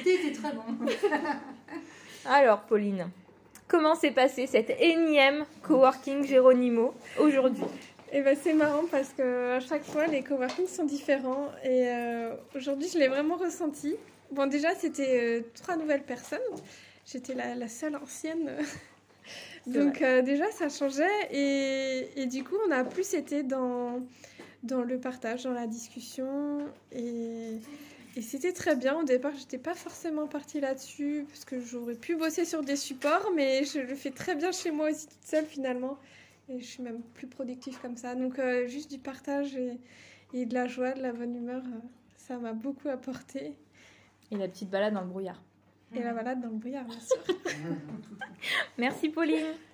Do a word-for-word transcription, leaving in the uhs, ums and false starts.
Le thé était très bon. Alors, Pauline, comment s'est passé cette énième coworking Géronimo aujourd'hui ? Et ben c'est marrant parce que à chaque fois les coworkings sont différents et euh, aujourd'hui je l'ai vraiment ressenti. Bon déjà c'était euh, trois nouvelles personnes, j'étais la, la seule ancienne, donc euh, déjà ça changeait et, et du coup on a plus été dans, dans le partage, dans la discussion et, et c'était très bien. Au départ j'étais pas forcément partie là-dessus parce que j'aurais pu bosser sur des supports mais je le fais très bien chez moi aussi toute seule finalement. Et je suis même plus productive comme ça. Donc, euh, juste du partage et, et de la joie, de la bonne humeur, euh, ça m'a beaucoup apporté. Et la petite balade dans le brouillard. Et la balade dans le brouillard, bien sûr. Merci, Pauline.